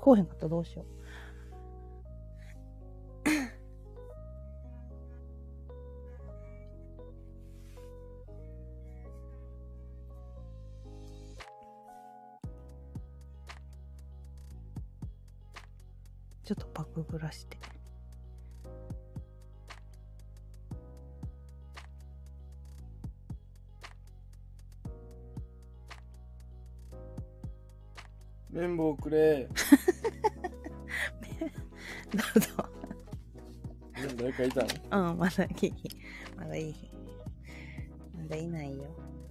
こうへんかったらどうしよう。ちょっとパクグラして。 綿棒くれ。 どうぞ。 誰かいたの？ うん、まだいい。まだいい。まだいないよ。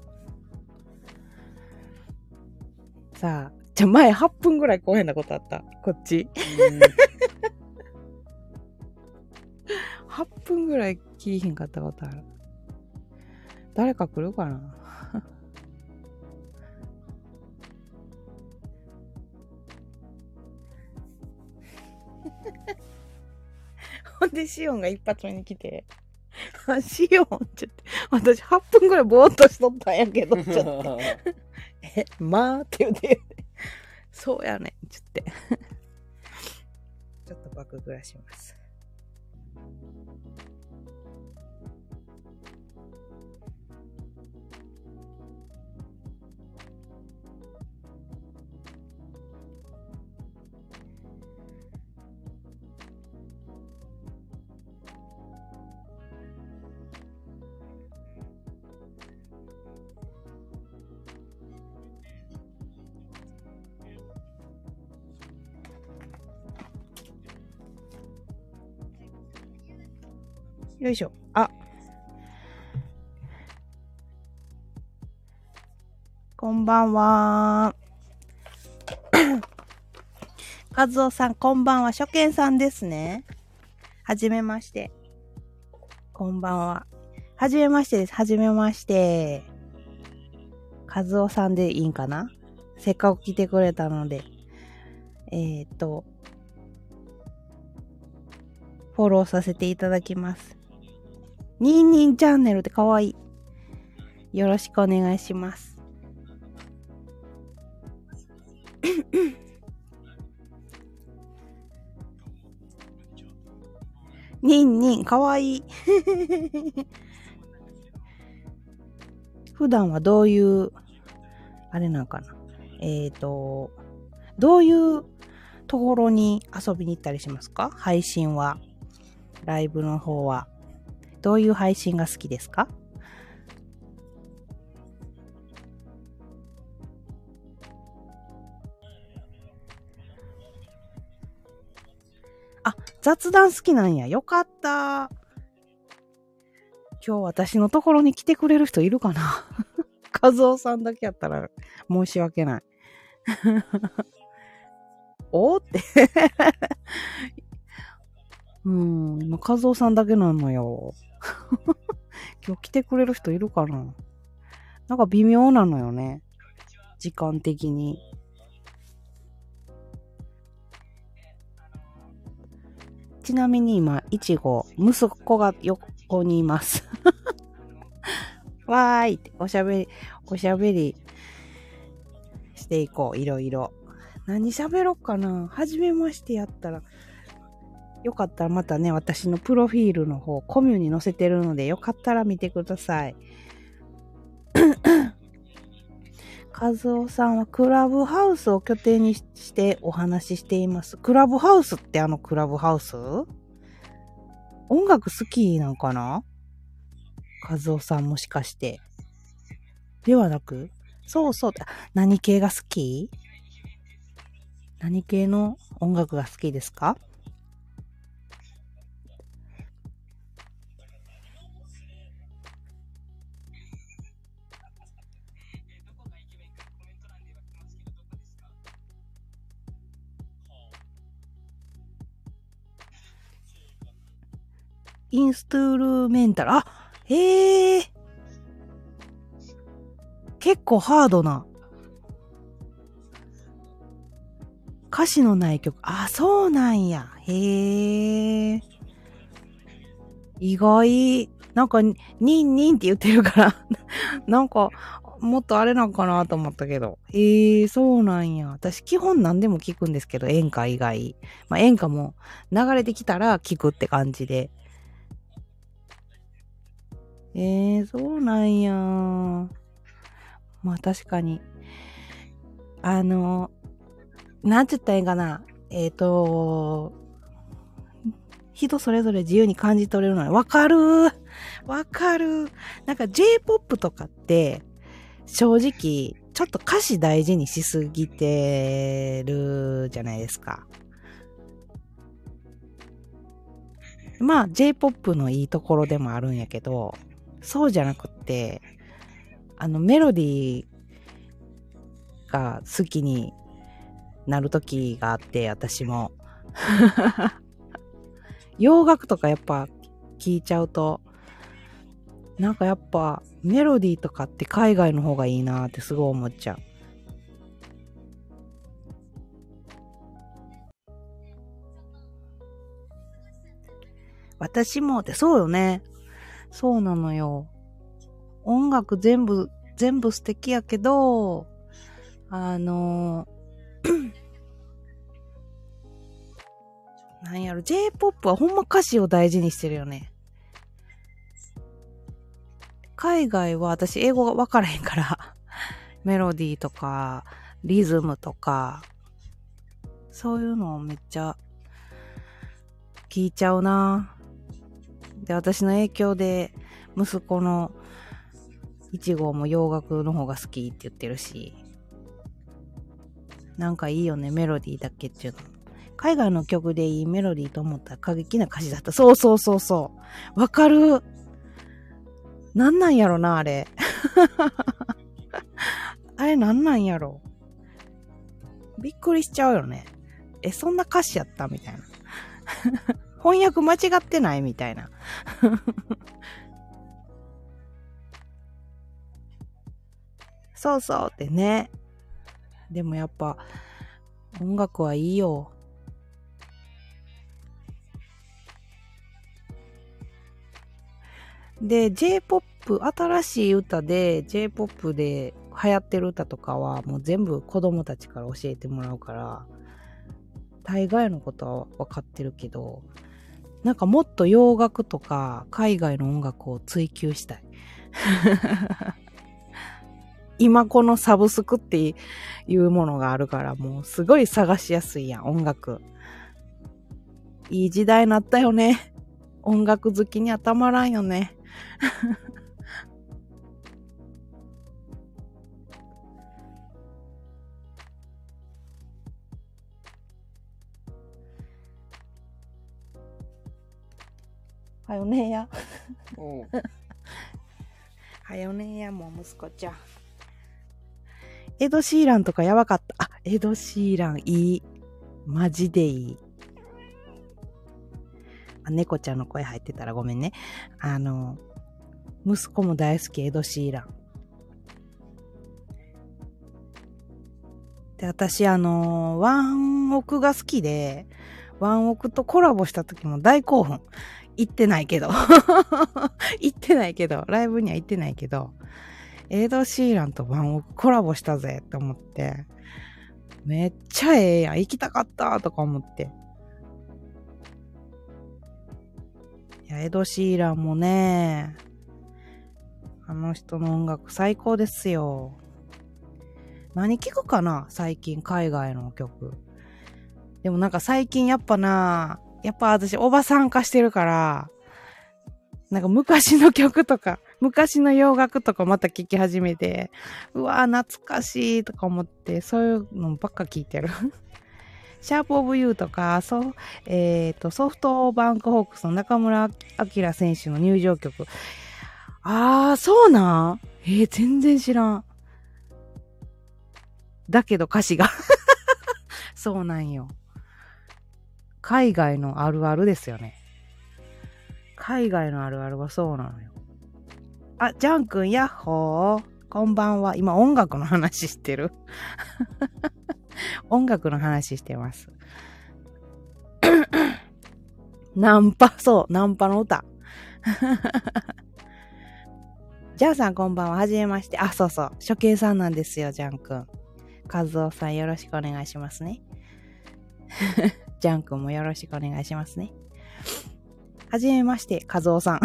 さあ、前8分ぐらいこうへんなことあった。こっち。8分ぐらい聞いひんかったことある。誰か来るかな？ほんでシオンが一発目に来て、シオンちょっと、私8分ぐらいぼーっとしとったんやけど、ちょっと。まあって言うて、そうやねん、ちょって。ちょっとバクグラします。よいしょ。あ。こんばんは。和夫さん、こんばんは。初見さんですね。はじめまして。こんばんは。はじめましてです。はじめまして。和夫さんでいいんかな？せっかく来てくれたので。フォローさせていただきます。ニンニンチャンネルってかわいい。よろしくお願いします。ニンニンかわいい。普段はどういうあれなんかな。どういうところに遊びに行ったりしますか？配信は。ライブの方は。どういう配信が好きですか？あ、雑談好きなんや。よかった。今日私のところに来てくれる人いるかな？和夫さんだけやったら申し訳ない。おって今和夫さんだけなのよ。今日来てくれる人いるかな？なんか微妙なのよね。時間的に。ちなみに今、いちご、息子が横にいます。わーいって、おしゃべりしていこう、いろいろ。何喋ろっかな？はじめましてやったら。よかったらまたね、私のプロフィールの方、コミュに載せてるので、よかったら見てください。和夫さんはクラブハウスを拠点にしてお話ししています。クラブハウスってクラブハウス？音楽好きなんかな？和夫さんもしかして。ではなく？そうそう。何系が好き？何系の音楽が好きですか？インストゥルメンタル。あ、へえ。結構ハードな。歌詞のない曲。あ、そうなんや。へえ。意外。なんか、ニンニンって言ってるから、なんか、 もっとあれなんかなと思ったけど。そうなんや。私基本何でも聞くんですけど、演歌以外。まあ演歌も流れてきたら聞くって感じで。そうなんや。まあ確かに。なんて言ったらいいんかな。人それぞれ自由に感じ取れるのに、わかる。なんか J-POP とかって、正直、ちょっと歌詞大事にしすぎてるじゃないですか。まあ J-POP のいいところでもあるんやけど、そうじゃなくって、メロディーが好きになる時があって、私も。洋楽とかやっぱ聞いちゃうと、なんかやっぱメロディーとかって海外の方がいいなってすごい思っちゃう。私もってそうよね。そうなのよ。音楽全部素敵やけど、なんやろ、J-POP はほんま歌詞を大事にしてるよね。海外は私英語がわからへんから、メロディーとか、リズムとか、そういうのをめっちゃ聞いちゃうな。で、私の影響で、息子の1号も洋楽の方が好きって言ってるし、なんかいいよね、メロディーだけっていうの。海外の曲でいいメロディーと思ったら過激な歌詞だった。そう。わかる。なんやろな、あれ。あれなんやろ。びっくりしちゃうよね。そんな歌詞やったみたいな。翻訳間違ってないみたいな。そうってね。でもやっぱ音楽はいいよ。で、J-POP、新しい歌で J-POP で流行ってる歌とかはもう全部子供たちから教えてもらうから、大概のことは分かってるけど、なんかもっと洋楽とか海外の音楽を追求したい。今このサブスクっていうものがあるからもうすごい探しやすいやん、音楽。いい時代になったよね。音楽好きにはたまらんよね。はよねや。はよねや、もう息子ちゃん。エド・シーランとかやばかった。エド・シーランいい。マジでいい。猫ちゃんの声入ってたらごめんね。息子も大好き、エド・シーラン。で、私、ワンオクが好きで、ワンオクとコラボした時も大興奮。行ってないけど。ライブには行ってないけど、エド・シーランとワンオクコラボしたぜって思って、めっちゃええやん、行きたかったとか思って。いや、エド・シーランもね、あの人の音楽最高ですよ。何聞くかな最近海外の曲。でもなんか最近やっぱ私おばさん化してるから、なんか昔の曲とか、昔の洋楽とかまた聴き始めて、うわー懐かしいとか思って、そういうのばっか聴いてる。シャープオブユーとか、ソフトバンクホークスの中村晃選手の入場曲。そうなん全然知らん。だけど歌詞が。そうなんよ。海外のあるあるですよね。海外のあるあるはそうなのよ。ジャン君、ヤッホー。こんばんは。今音楽の話してる。音楽の話してます。ナンパの歌。 ジャンさんこんばんは。はじめまして。あ、そうそう。初見さんなんですよ、ジャンくん。カズオさんよろしくお願いしますね。ジャンくんもよろしくお願いしますね。はじめまして、カズオさん。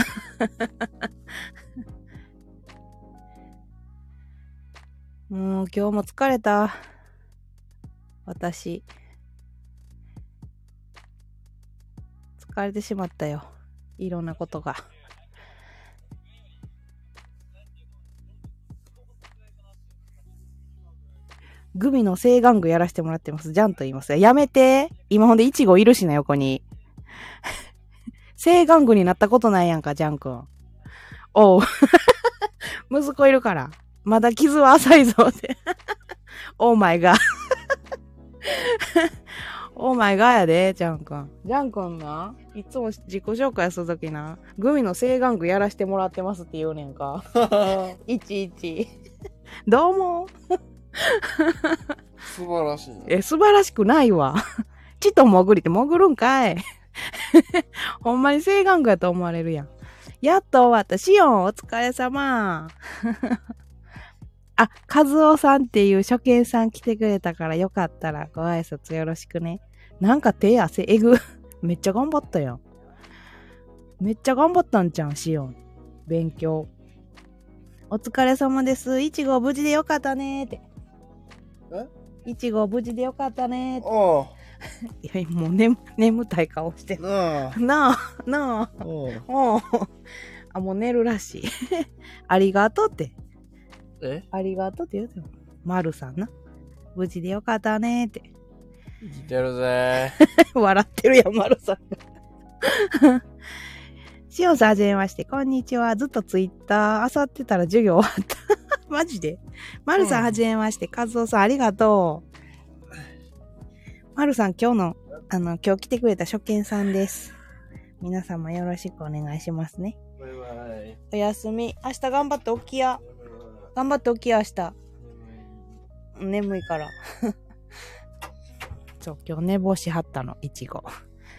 もう今日も疲れた。私。疲れてしまったよ。いろんなことが。グミの正玩具やらせてもらってます。ジャンと言います。やめて。今ほんでイチゴいるしな、横に。正玩具になったことないやんか、ジャンくん。おう。息子いるから。まだ傷は浅いぞって。オーマイガー。オーマイガーやで、ジャンくん。ジャンくんな、いつも自己紹介するときな、グミの正玩具やらしてもらってますって言うねんか。いちいち。どうも。 素晴らしい。 素晴らしくないわ。ちと潜りって潜るんかい。ほんまに正玩具やと思われるやん。やっと終わった。シオン、お疲れ様。あ、カズオさんっていう初見さん来てくれたからよかったらご挨拶よろしくね。なんか手汗えぐ。めっちゃ頑張ったやん。めっちゃ頑張ったんじゃん、シオン。勉強。お疲れ様です。いちご無事でよかったねーって。いちご無事でよかったねーって。 おう。 いや、もう眠たい顔してる。 なあ。 なあ。 おう。 あ、もう寝るらしい。ありがとうって。 ありがとうって言うてよ。まるさんな。無事でよかったねーって。 生きてるぜ笑ってるやん、まるさんが。しおさんはじめまして。こんにちは。ずっとツイッター漁ってたら授業終わった。マジでまるさんはじめまして。カズオさんありがとう。まるさん今日今日来てくれた初見さんです。皆様よろしくお願いしますね。 バイバイ。 おやすみ。明日頑張って起きや。頑張って起きや、明日。眠いから。そう、今日寝坊しはったの、いちご。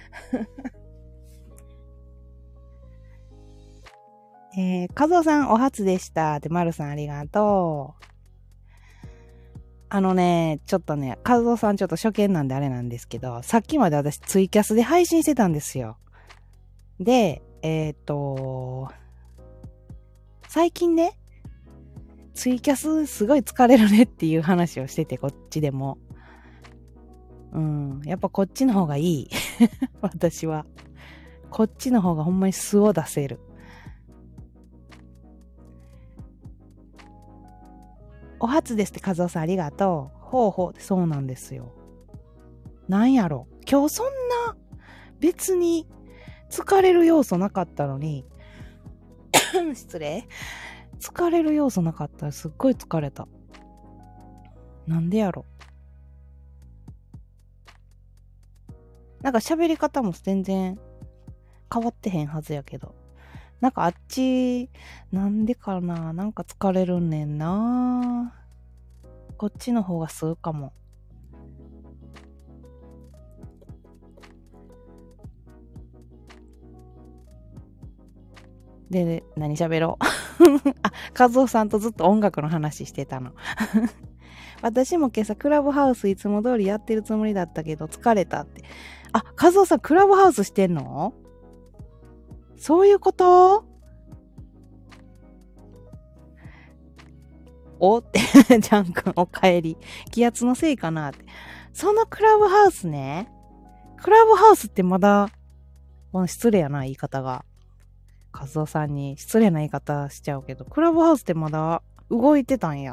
カズオさんお初でした。で、まるさんありがとう。ちょっとね、カズオさんちょっと初見なんであれなんですけど、さっきまで私ツイキャスで配信してたんですよ。で、最近ね、ツイキャスすごい疲れるねっていう話をしてて、こっちでも。やっぱこっちの方がいい。私は。こっちの方がほんまに素を出せる。お初ですってカズオさんありがとう。ほうほう。そうなんですよ。なんやろ。今日そんな別に疲れる要素なかったのに、失礼。疲れる要素なかったらすっごい疲れた。なんでやろ。なんか喋り方も全然変わってへんはずやけど。なんかあっち、なんでかな、なんか疲れるんねんな。こっちの方が吸うかも。で、何喋ろう。あ、カズオさんとずっと音楽の話してたの。私も今朝クラブハウスいつも通りやってるつもりだったけど疲れたって。あ、カズオさんクラブハウスしてんの？そういうこと？おって、ジャン君お帰り。気圧のせいかなって。そのクラブハウスね。クラブハウスってまだ、失礼やな、言い方が。カズオさんに失礼な言い方しちゃうけど、クラブハウスってまだ動いてたんや。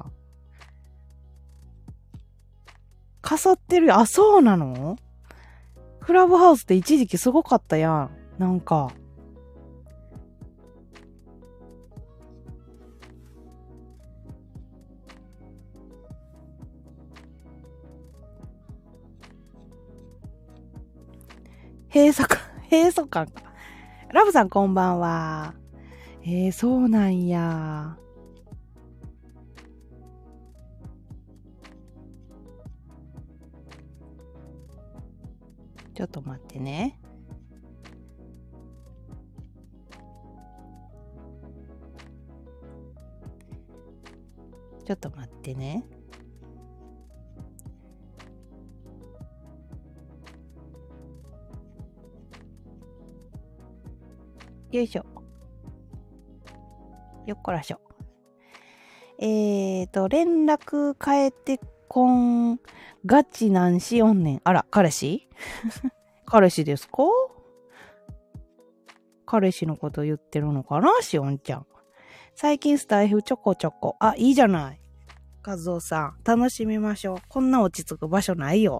かさってるよ。あ、そうなの？クラブハウスって一時期すごかったやん。なんか。閉塞感か。ラブさんこんばんは。そうなんや。ちょっと待ってね。 ちょっと待ってね。よいしょ。よっこらしょ。連絡変えてこん、ガチなんしおんねん。あら、彼氏彼氏ですか？彼氏のこと言ってるのかな、しおんちゃん。最近スタイフちょこちょこ。あ、いいじゃない。和夫さん、楽しみましょう。こんな落ち着く場所ないよ。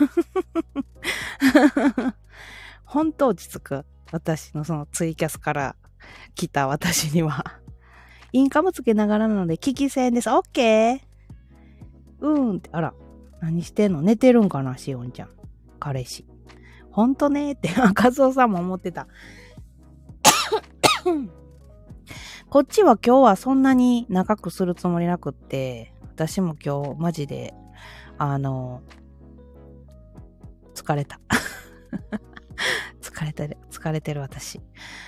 ほんと落ち着く。私のそのツイキャスから来た私には。インカムつけながらなので聞き戦です。オッケー。って。あら、何してんの？寝てるんかな、しおんちゃん。彼氏。ほんとねって、和夫さんも思ってた。こっちは今日はそんなに長くするつもりなくって、私も今日マジで、疲れた。疲れてる私。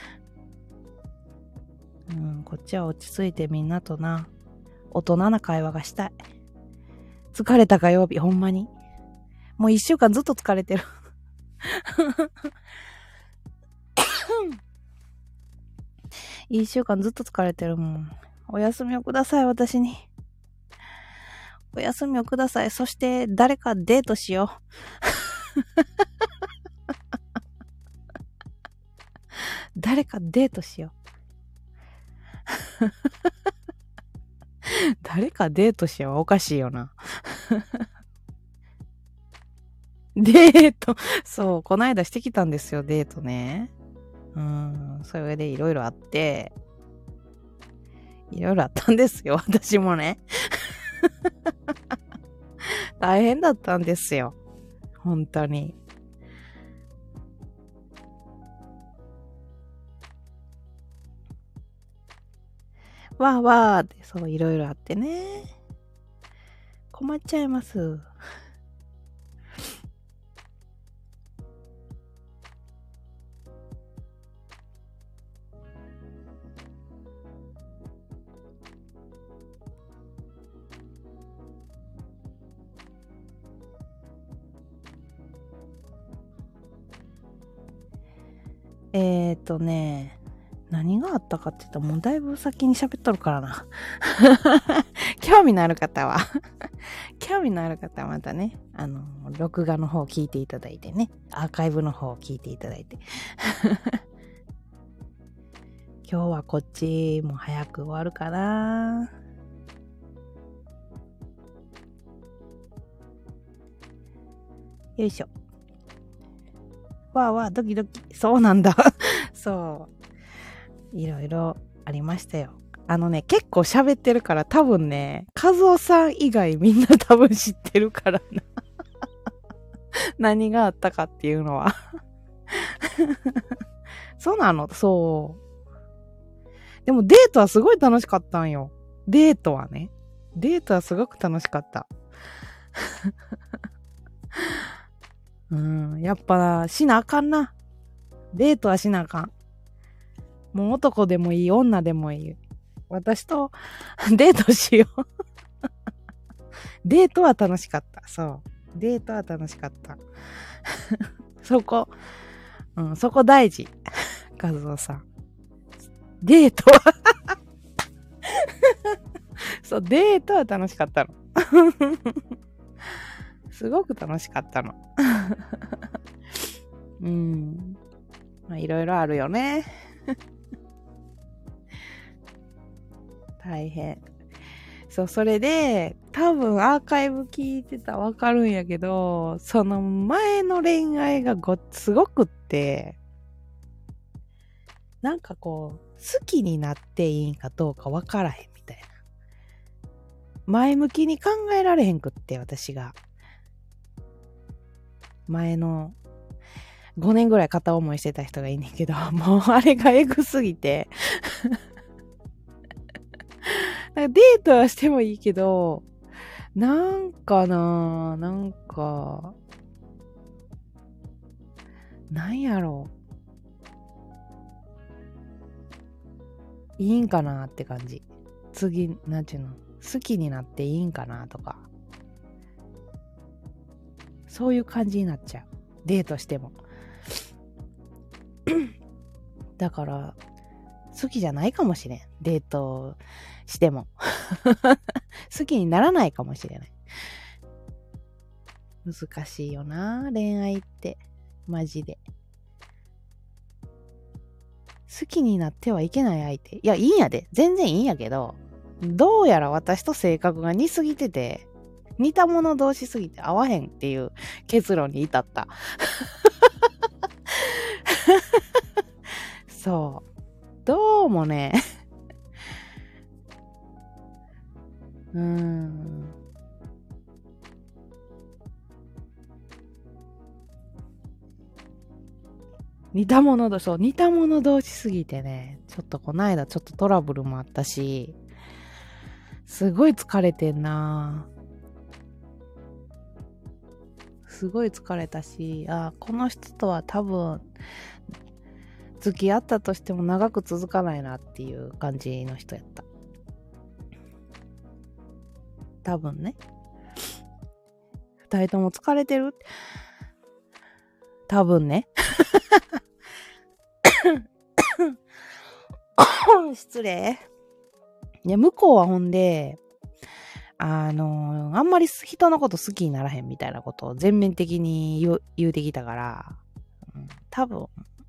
こっちは落ち着いてみんなとな、大人な会話がしたい。疲れた火曜日、ほんまに。もう1週間ずっと疲れてる。1週間ずっと疲れてるもん。お休みをください、私に。お休みをください。そして誰かデートしよう。誰かデートしよう。誰かデートしよう。おかしいよな。デート。そう、こないだしてきたんですよ、デートね。それでいろいろあって、いろいろあったんですよ、私もね。大変だったんですよ。本当に。わーわーって、そう、いろいろあってね。困っちゃいます。何があったかって言ったらもうだいぶ先に喋っとるからな。興味のある方はまたね、録画の方を聞いていただいてね、アーカイブの方を聞いていただいて。今日はこっちも早く終わるかな。よいしょ。わーわードキドキ。そうなんだ。そう。いろいろありましたよ。結構喋ってるから多分ね、和夫さん以外みんな多分知ってるからな。何があったかっていうのは。そうなの？そう。でもデートはすごい楽しかったんよ。デートはすごく楽しかった。やっぱしなあかんな。デートはしなあかん。もう男でもいい、女でもいい。私とデートしよう。デートは楽しかった。そう。デートは楽しかった。そこ大事。和夫さん。デートはそう、デートは楽しかったの。すごく楽しかったの。まあ、いろいろあるよね。大変。そう、それで、多分アーカイブ聞いてたらわかるんやけど、その前の恋愛がすごくって、なんかこう、好きになっていいんかどうかわからへんみたいな。前向きに考えられへんくって、私が。前の5年ぐらい片思いしてた人がいいねんけど、もうあれがエグすぎて。デートはしてもいいけど、なんやろう。いいんかなって感じ。次、なんていうの。 好きになっていいんかなとか、そういう感じになっちゃう。デートしても。だから、好きじゃないかもしれん。デートしても。好きにならないかもしれない。難しいよな、恋愛って。マジで。好きになってはいけない相手。いや、いいんやで。全然いいんやけど、どうやら私と性格が似すぎてて、似た者同士すぎて合わへんっていう結論に至った。そう。どうもね。似た者同士すぎてね、ちょっとこないだちょっとトラブルもあったし、すごい疲れてんな。すごい疲れたし、この人とは多分、付き合ったとしても長く続かないなっていう感じの人やった。多分ね。二人とも疲れてる？多分ね。失礼。いや、向こうはほんで、あんまり人のこと好きにならへんみたいなことを全面的に言うてきたから、多分、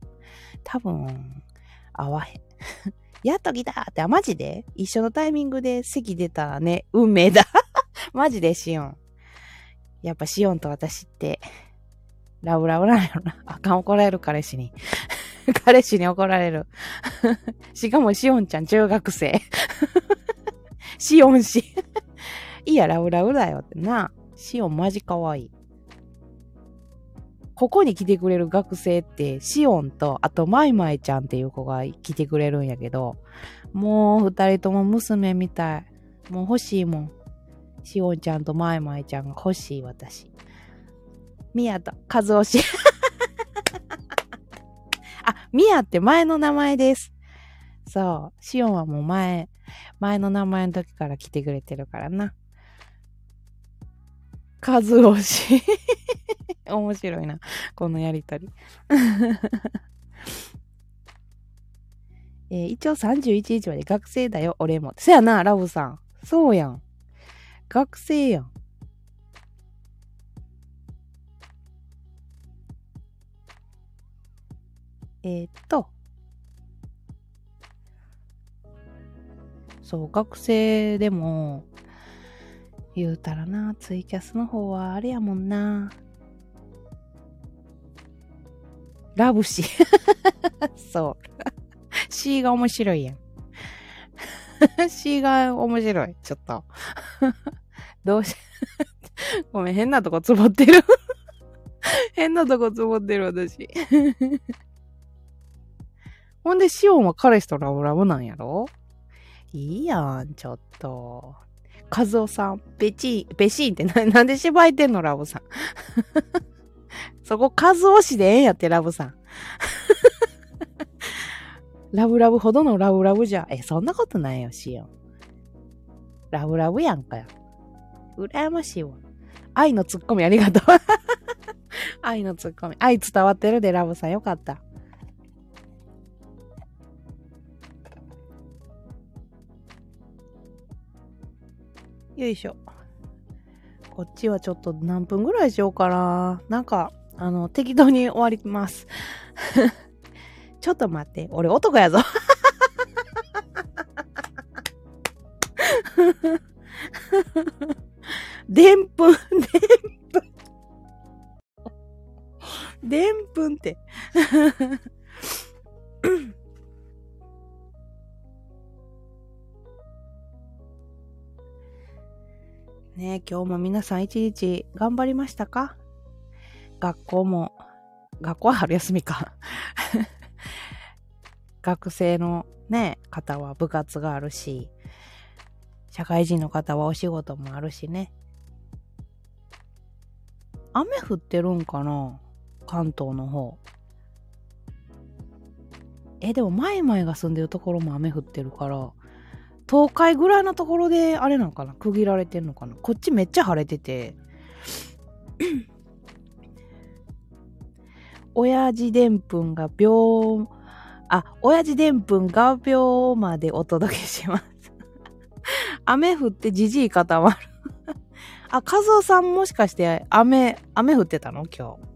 合わへん。やっと来たって、マジで一緒のタイミングで席出たね、運命だ。マジでシオン。やっぱシオンと私って、ラブラブなんやろな。あかん、怒られる彼氏に。彼氏に怒られる。しかもシオンちゃん中学生。シオン氏。いや、ラブラブだよってな。シオンマジ可愛い。ここに来てくれる学生って、シオンと、あとマイマイちゃんっていう子が来てくれるんやけど、もう二人とも娘みたい。もう欲しいもん。シオンちゃんとマイマイちゃんが欲しい私。ミヤとカズオ氏。ミヤって前の名前です。そう。シオンはもう前の名前の時から来てくれてるからな。カズオ氏。面白いな。このやりとり。一応31日まで学生だよ、俺も。せやな、ラブさん。そうやん。学生やん。そう、学生でも、言うたらな、ツイキャスの方はあれやもんな。ラブシ。そう。C が面白いやん。C が面白い。ちょっと。どうし、ごめん、変なとこつぼってる。変なとこつぼってる、私。ほんで、シオンは彼氏とラブラブなんやろ？いいやん、ちょっと。カズオさん、ベシーンってなんで芝居てんの、ラブさん。そこ、カズオ氏でええんやって、ラブさん。ラブラブほどのラブラブじゃ。そんなことないよ、シオン。ラブラブやんかよ。羨ましいわ。愛のツッコミありがとう。愛のツッコミ。愛伝わってるで、ラブさん。よかった。よいしょ。こっちはちょっと何分ぐらいしようかな。なんか、適当に終わります。ちょっと待って。俺男やぞ。でんぷんって。ねえ、今日も皆さん一日頑張りましたか？学校は春休みか。学生のね、方は部活があるし、社会人の方はお仕事もあるしね。雨降ってるんかな？関東の方。でもマイマイが住んでるところも雨降ってるから、 東海ぐらいのところで、あれなんかな、区切られてんのかな。こっちめっちゃ晴れてて。親父でんぷんが親父でんぷんが秒までお届けします。雨降ってじじい固まる。あ、和夫さんもしかして雨降ってたの今日。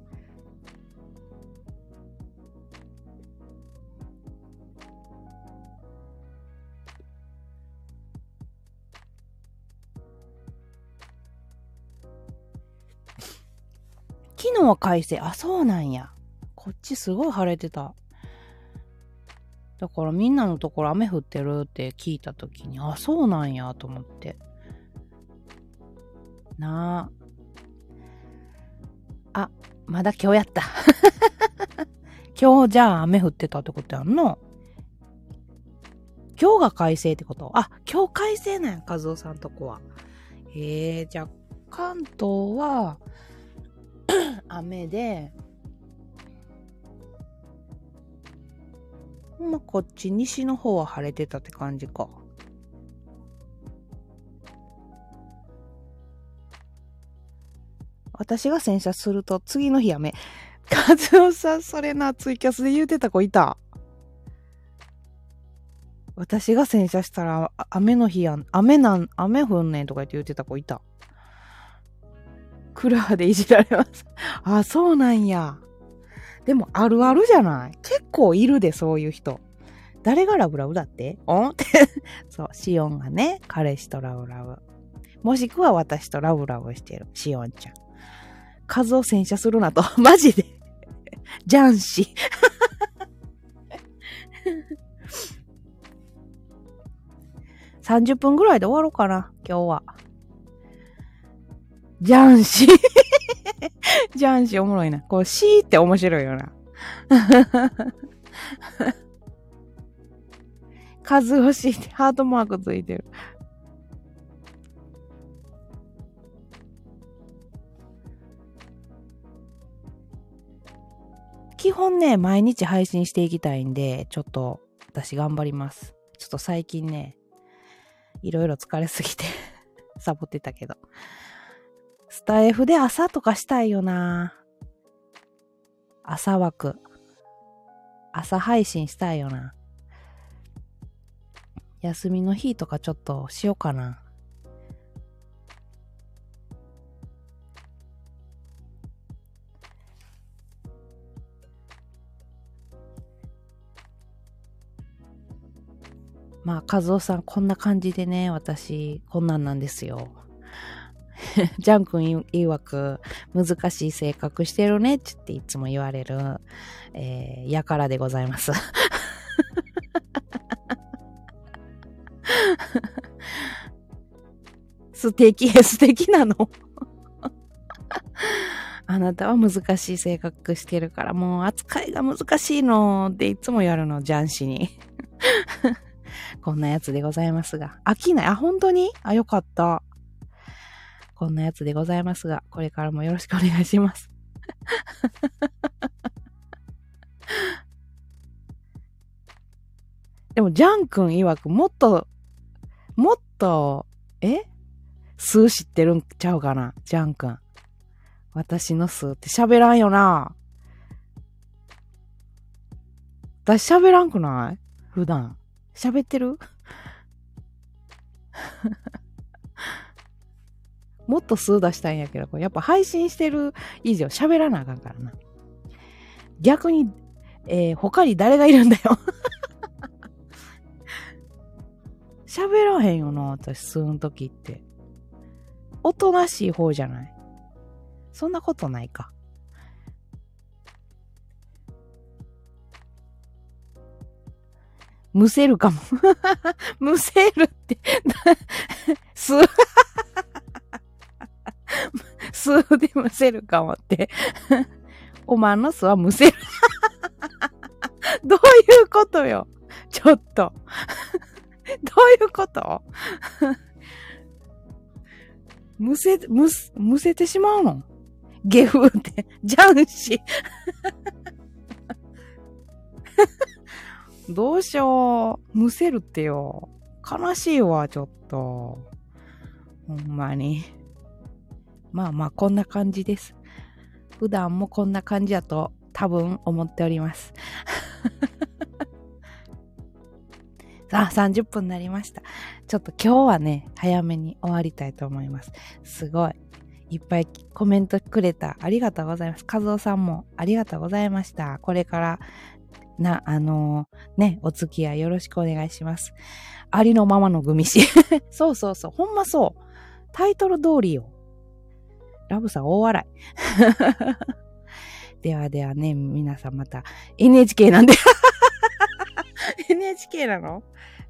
昨日は快晴。あ、そうなんや。こっちすごい晴れてた。だからみんなのところ雨降ってるって聞いたときに、あ、そうなんやと思って。なあ。あ、まだ今日やった。今日じゃあ雨降ってたってことやんの。今日が快晴ってこと？あ、今日快晴なんや、和夫さんとこは。じゃあ関東は雨で、まあ、こっち西の方は晴れてたって感じか。私が洗車すると次の日雨。和夫さん、それな、ツイキャスで言うてた子いた。私が洗車したら雨の日やん、雨降んねんとか言ってた子いた。クラーでいじられます。あ、そうなんや。でもあるあるじゃない？結構いるで、そういう人。誰がラブラブだっておんって。そう、シオンがね、彼氏とラブラブ。もしくは私とラブラブしてる、シオンちゃん。数を洗車するなと。マジで。ジャンシ。30分ぐらいで終わろうかな、今日は。ジャンシ。ジャンシおもろいな。こう、シーって面白いよな。数欲しいってハートマークついてる。基本ね、毎日配信していきたいんで、ちょっと私頑張ります。ちょっと最近ね、いろいろ疲れすぎてサボってたけど。スタイフで朝とかしたいよな。朝枠。朝配信したいよな。休みの日とかちょっとしようかな。まあ、和夫さんこんな感じでね、私こんなんなんですよ。ジャン君曰く難しい性格してるねって言っていつも言われる、やからでございます。素敵なの。あなたは難しい性格してるからもう扱いが難しいのっていつもやるの、ジャン氏に。こんなやつでございますが。飽きない。あ、本当に？あ、よかった。こんなやつでございますが、これからもよろしくお願いします。でも、ジャン君曰くもっと、数知ってるんちゃうかな、ジャン君。私の数って喋らんよな。私喋らんくない？普段。喋ってる？もっと数出したいんやけど、これやっぱ配信してる以上喋らなあかんからな。逆に、他に誰がいるんだよ。喋らへんよな、私数の時って。おとなしい方じゃない？そんなことないか。むせるかも。むせるって、数でむせるかもって。おまんの巣はむせる。どういうことよ。ちょっと。どういうことむせてしまうの？ゲフって。ジャンシ。どうしよう。むせるってよ。 悲しいわ、ちょっと。ほんまに。まあまあ、こんな感じです。普段もこんな感じだと多分思っております。さあ、30分になりました。ちょっと今日はね、早めに終わりたいと思います。すごい。いっぱいコメントくれた。ありがとうございます。和夫さんもありがとうございました。これからお付き合いよろしくお願いします。ありのままのグミシ。そうそうそう。ほんまそう。タイトル通りよ。ラブさん大笑い。ではではね、皆さんまた NHK なんで。NHK なの？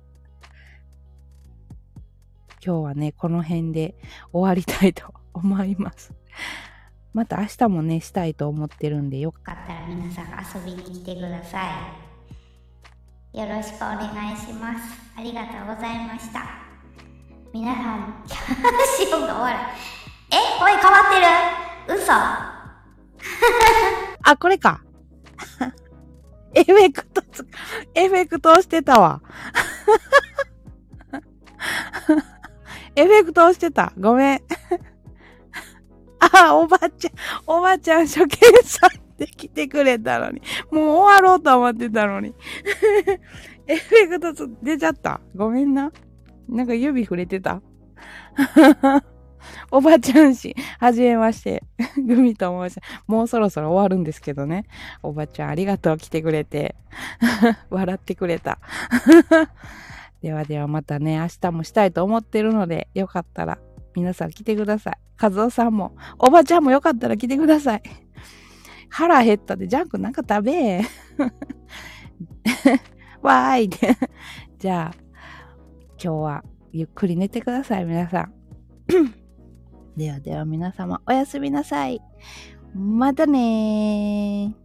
今日はね、この辺で終わりたいと思います。また明日もね、したいと思ってるんで、よかったら皆さん遊びに来てください。よろしくお願いします。ありがとうございました。皆さん、シオンが終わる。声変わってる？嘘あ、これか。エフェクトをしてたわ。エフェクトをしてた。ごめん。あ、おばちゃん初見さんで来てくれたのに。もう終わろうと思ってたのに。エフェクト出ちゃった。ごめんな。なんか指触れてた。おばちゃん氏、はじめまして。グミと申します。もうそろそろ終わるんですけどね。おばちゃんありがとう来てくれて。笑ってくれた。ではではまたね、明日もしたいと思ってるので、よかったら皆さん来てください。和夫さんも、おばちゃんもよかったら来てください。腹減ったで、ジャンクなんか食べわーいって。じゃあ、今日はゆっくり寝てください、皆さん。ではでは皆様、おやすみなさい。またねー。